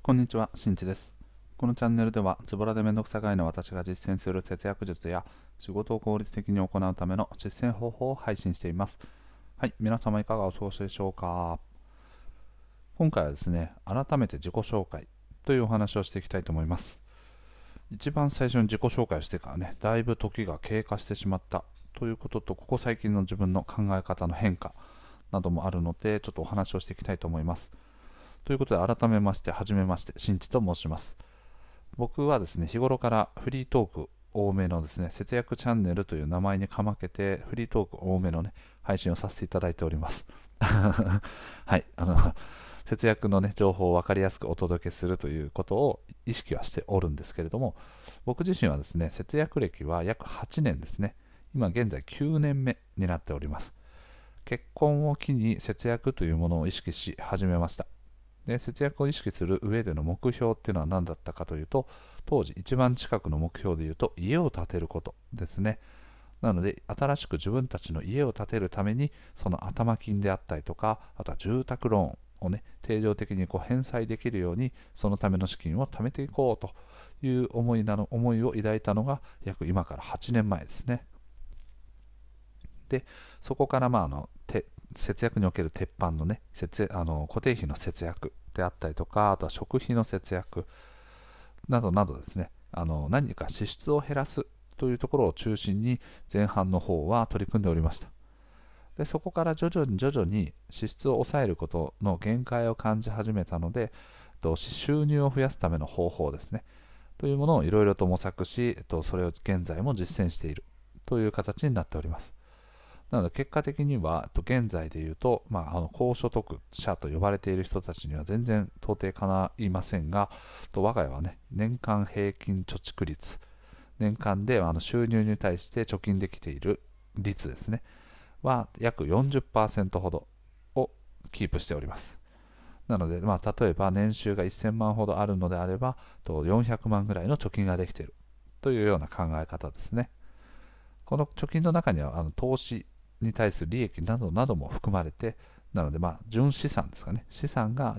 こんにちは、しんちです。このチャンネルでは、ズボラでめんどくさがいの私が実践する節約術や仕事を効率的に行うための実践方法を配信しています。はい、皆様いかがお過ごしでしょうか。今回はですね、改めて自己紹介というお話をしていきたいと思います。一番最初に自己紹介をしてからね、だいぶ時が経過してしまったということと、ここ最近の自分の考え方の変化などもあるので、ちょっとお話をしていきたいと思います。ということで、改めまして、はじめまして、しんちと申します。僕はですね、日頃からフリートーク多めのですね、節約チャンネルという名前にかまけて、フリートーク多めのね、配信をさせていただいております。はい、節約のね、情報を分かりやすくお届けするということを意識はしておるんですけれども、僕自身はですね、節約歴は約8年ですね、今現在9年目になっております。結婚を機に節約というものを意識し始めました。で、節約を意識する上での目標っていうのは何だったかというと、当時一番近くの目標でいうと、家を建てることですね。なので、新しく自分たちの家を建てるために、その頭金であったりとか、あとは住宅ローンをね、定常的に返済できるように、そのための資金を貯めていこうという思いを抱いたのが、約今から8年前ですね。で、そこから節約における鉄板のね、固定費の節約であったりとか、あとは食費の節約などなどですね、何か支出を減らすというところを中心に前半の方は取り組んでおりました。で、そこから徐々に支出を抑えることの限界を感じ始めたので、収入を増やすための方法ですね、というものをいろいろと模索し、それを現在も実践しているという形になっております。なので結果的には現在でいうと、高所得者と呼ばれている人たちには全然到底かないませんが、我が家はね、年間平均貯蓄率、年間で収入に対して貯金できている率ですね、は約 40% ほどをキープしております。なので、例えば年収が1000万ほどあるのであれば、400万ぐらいの貯金ができているというような考え方ですね。この貯金の中には投資に対する利益などなども含まれて、なので純資産ですかね、資産が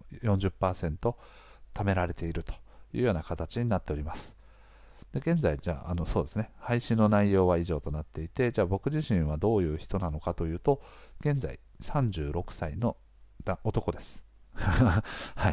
40% 貯められているというような形になっております。で、現在そうですね、配信の内容は以上となっていて、じゃあ僕自身はどういう人なのかというと、現在36歳の男です。はい、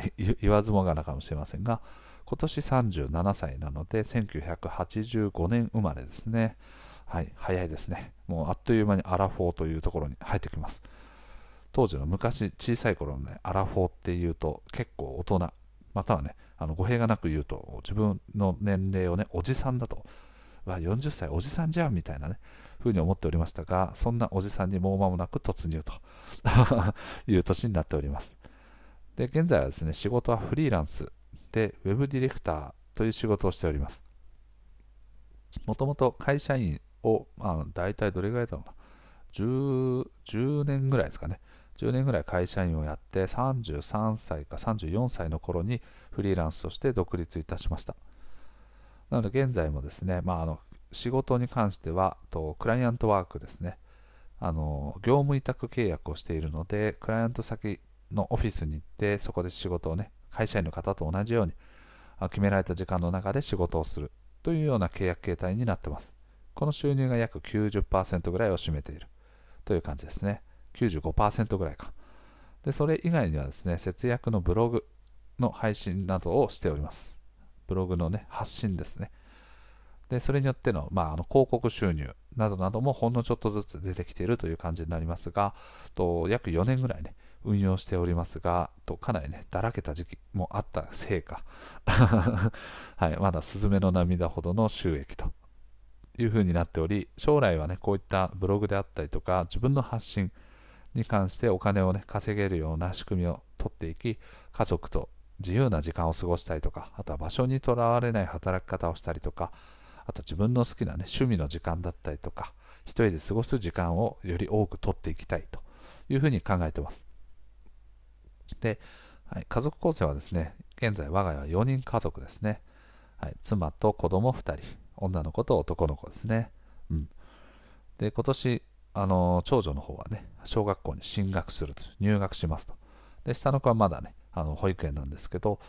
言わずもがなかもしれませんが、今年37歳なので1985年生まれですね。はい、早いですね。もうあっという間にアラフォーというところに入ってきます。当時の昔小さい頃のね、アラフォーっていうと結構大人、またはね、語弊がなく言うと自分の年齢をね、おじさんだと、40歳おじさんじゃんみたいなね、ふうに思っておりましたが、そんなおじさんにもう間もなく突入という年になっております。で、現在はですね、仕事はフリーランスでウェブディレクターという仕事をしております。もともと会社員を、大体どれぐらいだろうな、10年ぐらいですかね。10年ぐらい会社員をやって、33歳か34歳の頃にフリーランスとして独立いたしました。なので現在もですね、仕事に関しては、クライアントワークですね。業務委託契約をしているので、クライアント先のオフィスに行って、そこで仕事をね、会社員の方と同じように、決められた時間の中で仕事をするというような契約形態になっています。この収入が約 90% ぐらいを占めているという感じですね。95% ぐらいか。で、それ以外にはですね、節約のブログの配信などをしております。ブログのね、発信ですね。で、それによっての、広告収入などなどもほんのちょっとずつ出てきているという感じになりますが、約4年ぐらいね、運用しておりますが、かなりね、だらけた時期もあったせいか、はい、まだスズメの涙ほどの収益という風になっており、将来はね、こういったブログであったりとか、自分の発信に関してお金をね、稼げるような仕組みを取っていき、家族と自由な時間を過ごしたりとか、あとは場所にとらわれない働き方をしたりとか、あと自分の好きなね、趣味の時間だったりとか、一人で過ごす時間をより多く取っていきたいというふうに考えています。で、はい、家族構成はですね、現在我が家は4人家族ですね。はい、妻と子供2人、女の子と男の子ですね。うん、で、今年、長女の方はね、小学校に進学すると、入学しますと。で、下の子はまだね、保育園なんですけど、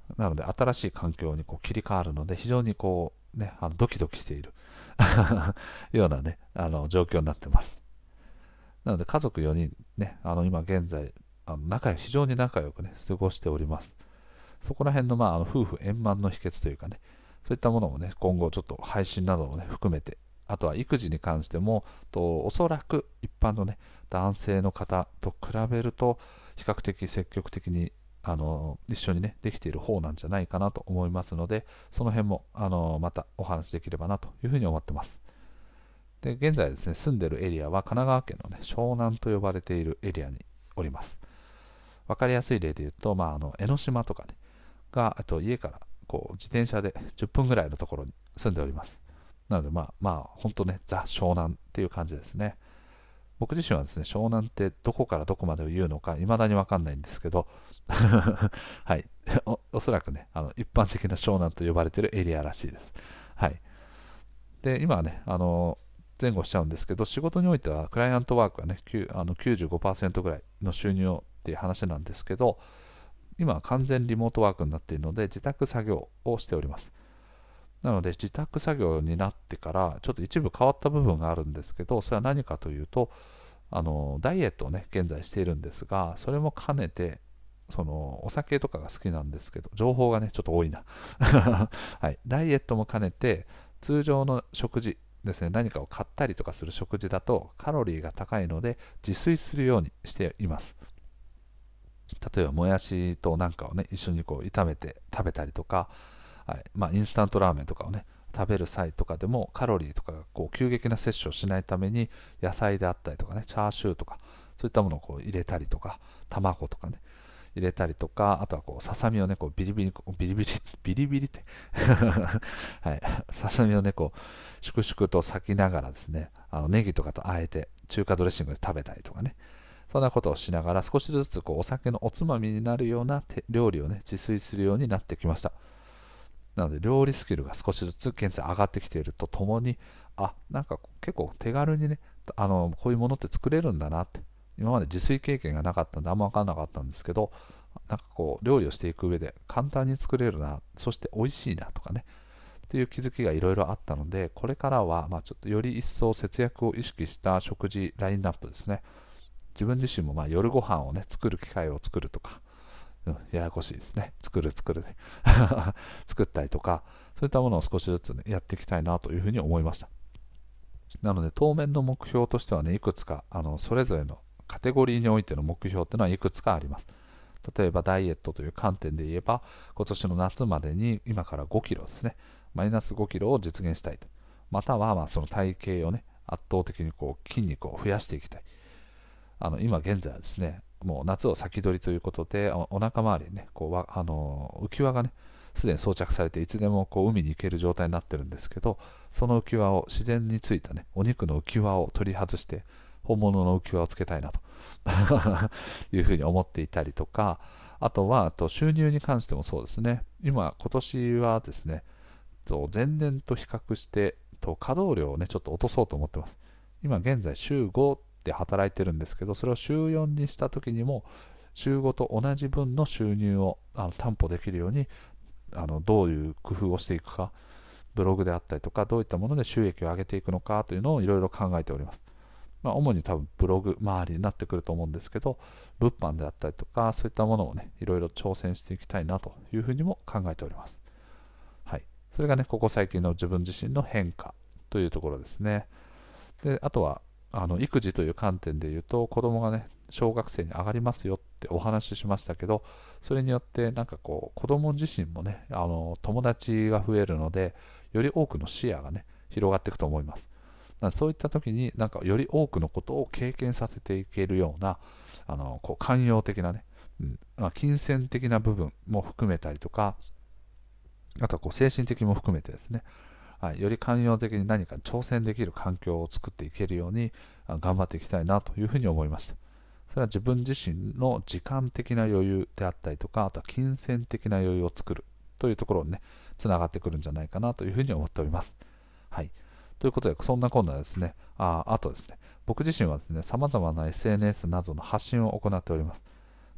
なので新しい環境に切り替わるので非常にドキドキしているようなね状況になってます。なので家族4人ね、今現在非常に仲良くね過ごしております。そこら辺の夫婦円満の秘訣というかね、そういったものもね今後ちょっと配信などをね含めて、あとは育児に関してもおそらく一般のね男性の方と比べると比較的積極的に一緒にねできている方なんじゃないかなと思いますので、その辺もまたお話しできればなというふうに思ってます。で現在ですね住んでいるエリアは神奈川県のね湘南と呼ばれているエリアにおります。わかりやすい例で言うと、江ノ島とかねが家から自転車で10分ぐらいのところに住んでおります。なので本当ねザ湘南っていう感じですね。僕自身はですね湘南ってどこからどこまでを言うのか未だに分かんないんですけどはい、おそらくね一般的な湘南と呼ばれているエリアらしいです。はい、で今はね前後しちゃうんですけど、仕事においてはクライアントワークがね95% ぐらいの収入をっていう話なんですけど、今は完全リモートワークになっているので自宅作業をしております。なので自宅作業になってからちょっと一部変わった部分があるんですけど、それは何かというとダイエットをね現在しているんですが、それも兼ねてお酒とかが好きなんですけど、情報がねちょっと多いなはい、ダイエットも兼ねて通常の食事ですね、何かを買ったりとかする食事だとカロリーが高いので自炊するようにしています。例えばもやしとなんかをね一緒に炒めて食べたりとか、インスタントラーメンとかをね食べる際とかでもカロリーとかが急激な摂取をしないために野菜であったりとかねチャーシューとかそういったものを入れたりとか卵とかね入れたりとか、あとはささみをねビリビリってはい、ささみをね粛々と裂きながらですねネギとかとあえて中華ドレッシングで食べたりとかね、そんなことをしながら少しずつお酒のおつまみになるような料理をね自炊するようになってきました。なので料理スキルが少しずつ現在上がってきているとともに、なんか結構手軽にねこういうものって作れるんだなって、今まで自炊経験がなかったんであんま分かんなかったんですけど、なんか料理をしていく上で簡単に作れるな、そして美味しいなとかねっていう気づきがいろいろあったので、これからはちょっとより一層節約を意識した食事ラインナップですね。自分自身も夜ご飯をね作る機会を作るとか、ややこしいですね。作るで作ったりとか、そういったものを少しずつ、ね、やっていきたいなというふうに思いました。なので当面の目標としてはね、いくつかそれぞれのカテゴリーにおいての目標というのはいくつかあります。例えばダイエットという観点で言えば、今年の夏までに今から5キロですね、マイナス5キロを実現したいと。またはその体型をね、圧倒的に筋肉を増やしていきたい。今現在はですね、もう夏を先取りということで、お腹周りにね、浮き輪がね、すでに装着されていつでも海に行ける状態になってるんですけど、その浮き輪を自然についたね、お肉の浮き輪を取り外して本物の浮き輪をつけたいなというふうに思っていたりとか、あとは収入に関してもそうですね。今年はですね、前年と比較して稼働量をねちょっと落とそうと思ってます。今現在週5で働いてるんですけど、それを週4にした時にも週5と同じ分の収入を担保できるようにどういう工夫をしていくか、ブログであったりとかどういったもので収益を上げていくのかというのをいろいろ考えております。主に多分ブログ周りになってくると思うんですけど、物販であったりとかそういったものをねいろいろ挑戦していきたいなというふうにも考えております。はい、それがねここ最近の自分自身の変化というところですね。であとは育児という観点で言うと、子供がね小学生に上がりますよってお話ししましたけど、それによってなんか子供自身もね友達が増えるので、より多くの視野がね広がっていくと思います。そういった時になんかより多くのことを経験させていけるような寛容的なね、金銭的な部分も含めたりとか、あとは精神的も含めてですね、より寛容的に何か挑戦できる環境を作っていけるように頑張っていきたいなというふうに思いました。それは自分自身の時間的な余裕であったりとか、あとは金銭的な余裕を作るというところにねつながってくるんじゃないかなというふうに思っております。はい、ということで、そんなこんなですね、あとですね、僕自身はですね、様々な SNS などの発信を行っております。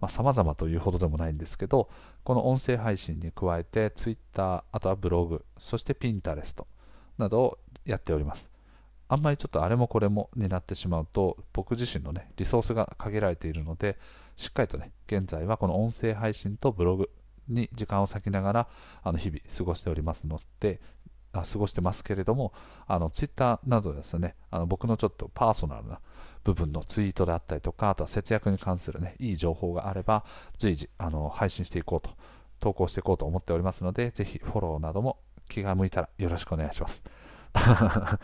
様々というほどでもないんですけど、この音声配信に加えて Twitter、あとはブログ、そして Pinterest などをやっております。あんまりちょっとあれもこれもになってしまうと、僕自身のね、リソースが限られているので、しっかりとね、現在はこの音声配信とブログに時間を割きながら、日々過ごしておりますので、過ごしてますけれども、ツイッターなどですね、僕のちょっとパーソナルな部分のツイートであったりとか、あとは節約に関するね、いい情報があれば、随時配信していこうと、投稿していこうと思っておりますので、ぜひフォローなども気が向いたらよろしくお願いします。はい、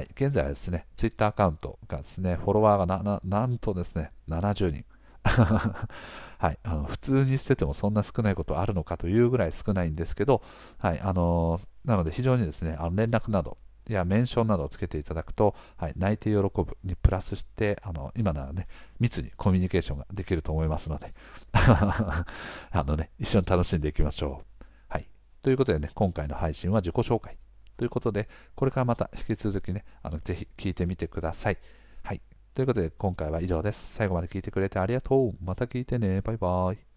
現在はですね、ツイッターアカウントがですね、フォロワーがなんとですね、70人。はい、普通にしててもそんな少ないことあるのかというぐらい少ないんですけど、はい、なので非常にですね、連絡などやメンションなどをつけていただくと、はい、泣いて喜ぶにプラスして、今ならね、密にコミュニケーションができると思いますので、一緒に楽しんでいきましょう。はい、ということでね、今回の配信は自己紹介ということで、これからまた引き続きね、ぜひ聞いてみてください。はい。ということで、今回は以上です。最後まで聞いてくれてありがとう。また聞いてね。バイバイ。